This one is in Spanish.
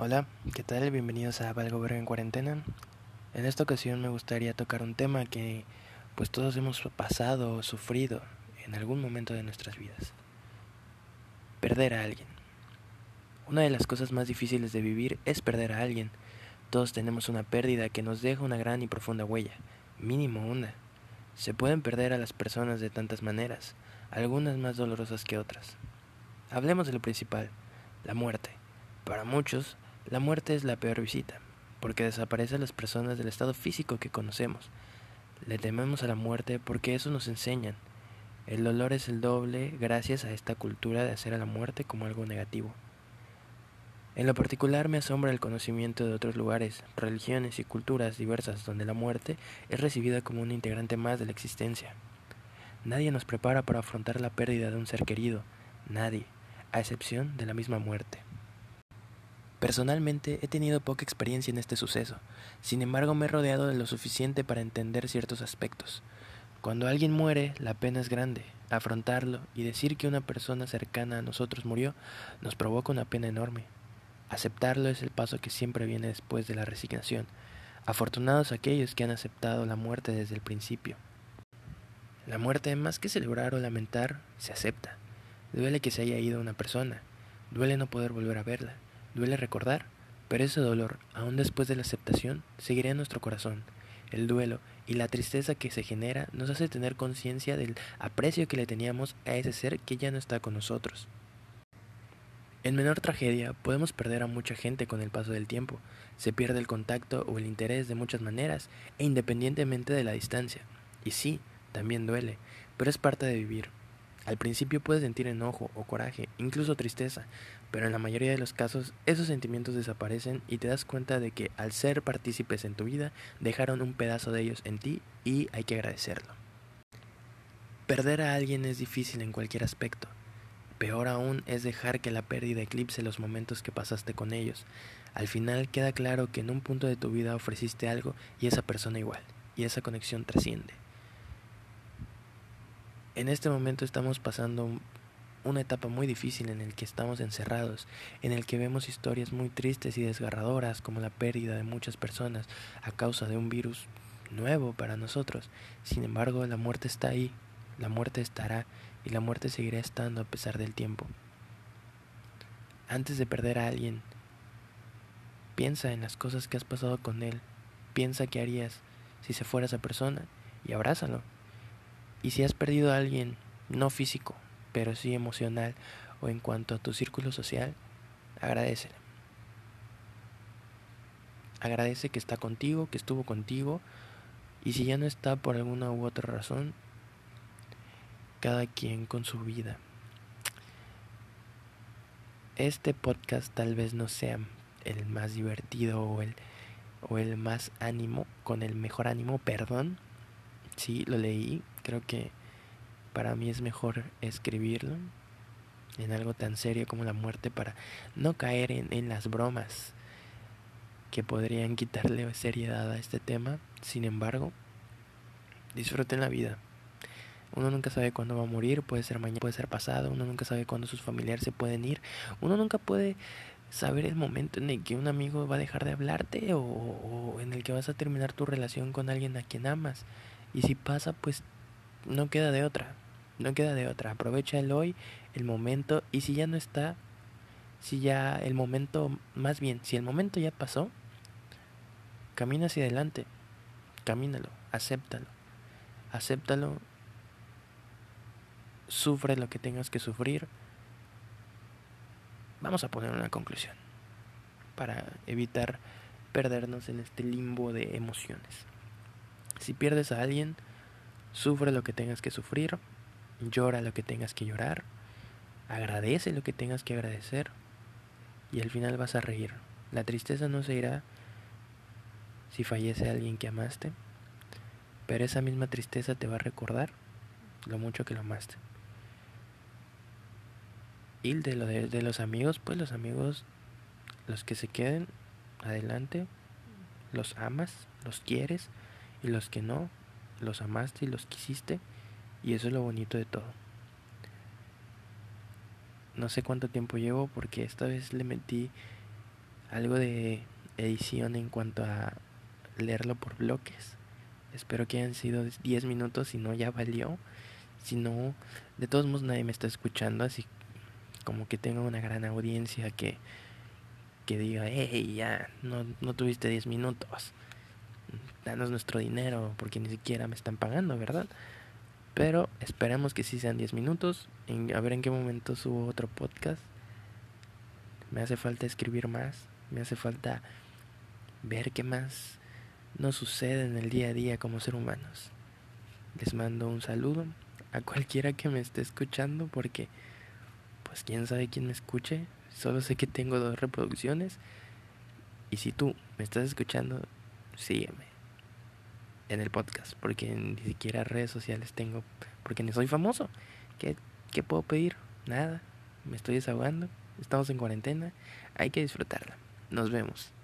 Hola, ¿qué tal? Bienvenidos a Valgo Verga en Cuarentena. En esta ocasión me gustaría tocar un tema que pues todos hemos pasado o sufrido en algún momento de nuestras vidas. Perder a alguien. Una de las cosas más difíciles de vivir es perder a alguien. Todos tenemos una pérdida que nos deja una gran y profunda huella, mínimo una. Se pueden perder a las personas de tantas maneras, algunas más dolorosas que otras. Hablemos de lo principal, la muerte. Para muchos, la muerte es la peor visita, porque desaparece a las personas del estado físico que conocemos. Le tememos a la muerte porque eso nos enseñan. El dolor es el doble gracias a esta cultura de hacer a la muerte como algo negativo. En lo particular me asombra el conocimiento de otros lugares, religiones y culturas diversas donde la muerte es recibida como un integrante más de la existencia. Nadie nos prepara para afrontar la pérdida de un ser querido, nadie, a excepción de la misma muerte. Personalmente he tenido poca experiencia en este suceso, sin embargo me he rodeado de lo suficiente para entender ciertos aspectos. Cuando alguien muere, la pena es grande. Afrontarlo y decir que una persona cercana a nosotros murió nos provoca una pena enorme. Aceptarlo es el paso que siempre viene después de la resignación. Afortunados aquellos que han aceptado la muerte desde el principio. La muerte, más que celebrar o lamentar, se acepta. Duele que se haya ido una persona, duele no poder volver a verla, duele recordar, pero ese dolor, aún después de la aceptación, seguirá en nuestro corazón. El duelo y la tristeza que se genera nos hace tener conciencia del aprecio que le teníamos a ese ser que ya no está con nosotros. En menor tragedia, podemos perder a mucha gente con el paso del tiempo. Se pierde el contacto o el interés de muchas maneras, e independientemente de la distancia. Y sí, también duele, pero es parte de vivir. Al principio puedes sentir enojo o coraje, incluso tristeza, pero en la mayoría de los casos esos sentimientos desaparecen y te das cuenta de que al ser partícipes en tu vida dejaron un pedazo de ellos en ti y hay que agradecerlo. Perder a alguien es difícil en cualquier aspecto. Peor aún es dejar que la pérdida eclipse los momentos que pasaste con ellos. Al final queda claro que en un punto de tu vida ofreciste algo y esa persona igual, y esa conexión trasciende. En este momento estamos pasando una etapa muy difícil en el que estamos encerrados, en el que vemos historias muy tristes y desgarradoras como la pérdida de muchas personas a causa de un virus nuevo para nosotros. Sin embargo, la muerte está ahí, la muerte estará y la muerte seguirá estando a pesar del tiempo. Antes de perder a alguien, piensa en las cosas que has pasado con él, piensa qué harías si se fuera esa persona y abrázalo. Y si has perdido a alguien, no físico, pero sí emocional o en cuanto a tu círculo social, agradécele. Agradece que está contigo, que estuvo contigo, y si ya no está por alguna u otra razón, cada quien con su vida. Este podcast tal vez no sea el más divertido o el más ánimo, con el mejor ánimo, perdón. Sí, lo leí, creo que para mí es mejor escribirlo en algo tan serio como la muerte para no caer en las bromas que podrían quitarle seriedad a este tema. Sin embargo, disfruten la vida. Uno nunca sabe cuándo va a morir, puede ser mañana, puede ser pasado, uno nunca sabe cuándo sus familiares se pueden ir, uno nunca puede saber el momento en el que un amigo va a dejar de hablarte o en el que vas a terminar tu relación con alguien a quien amas. Y si pasa, pues no queda de otra, no queda de otra. Aprovecha el hoy, el momento, y si ya no está, si ya el momento, más bien, si el momento ya pasó, camina hacia adelante, camínalo, acéptalo, acéptalo, sufre lo que tengas que sufrir. Vamos a poner una conclusión para evitar perdernos en este limbo de emociones. Si pierdes a alguien, sufre lo que tengas que sufrir, llora lo que tengas que llorar, agradece lo que tengas que agradecer y al final vas a reír. La tristeza no se irá si fallece alguien que amaste, pero esa misma tristeza te va a recordar lo mucho que lo amaste. Y de los amigos, pues los amigos, los que se queden, adelante, los amas, los quieres, y los que no, los amaste y los quisiste, y eso es lo bonito de todo. No sé cuánto tiempo llevo porque esta vez le metí algo de edición en cuanto a leerlo por bloques. Espero que hayan sido 10 minutos, si no ya valió. Si no, de todos modos nadie me está escuchando, así como que tengo una gran audiencia que diga, hey, ya, no tuviste 10 minutos, danos nuestro dinero, porque ni siquiera me están pagando, ¿verdad? Pero esperemos que sí sean 10 minutos, a ver en qué momento subo otro podcast. Me hace falta escribir más, me hace falta ver qué más nos sucede en el día a día como ser humanos. Les mando un saludo a cualquiera que me esté escuchando, porque pues quién sabe quién me escuche. Solo sé que tengo 2 reproducciones. Y si tú me estás escuchando, sígueme en el podcast, porque ni siquiera redes sociales tengo, porque ni soy famoso. ¿Qué, qué puedo pedir? Nada. Me estoy desahogando. Estamos en cuarentena. Hay que disfrutarla. Nos vemos.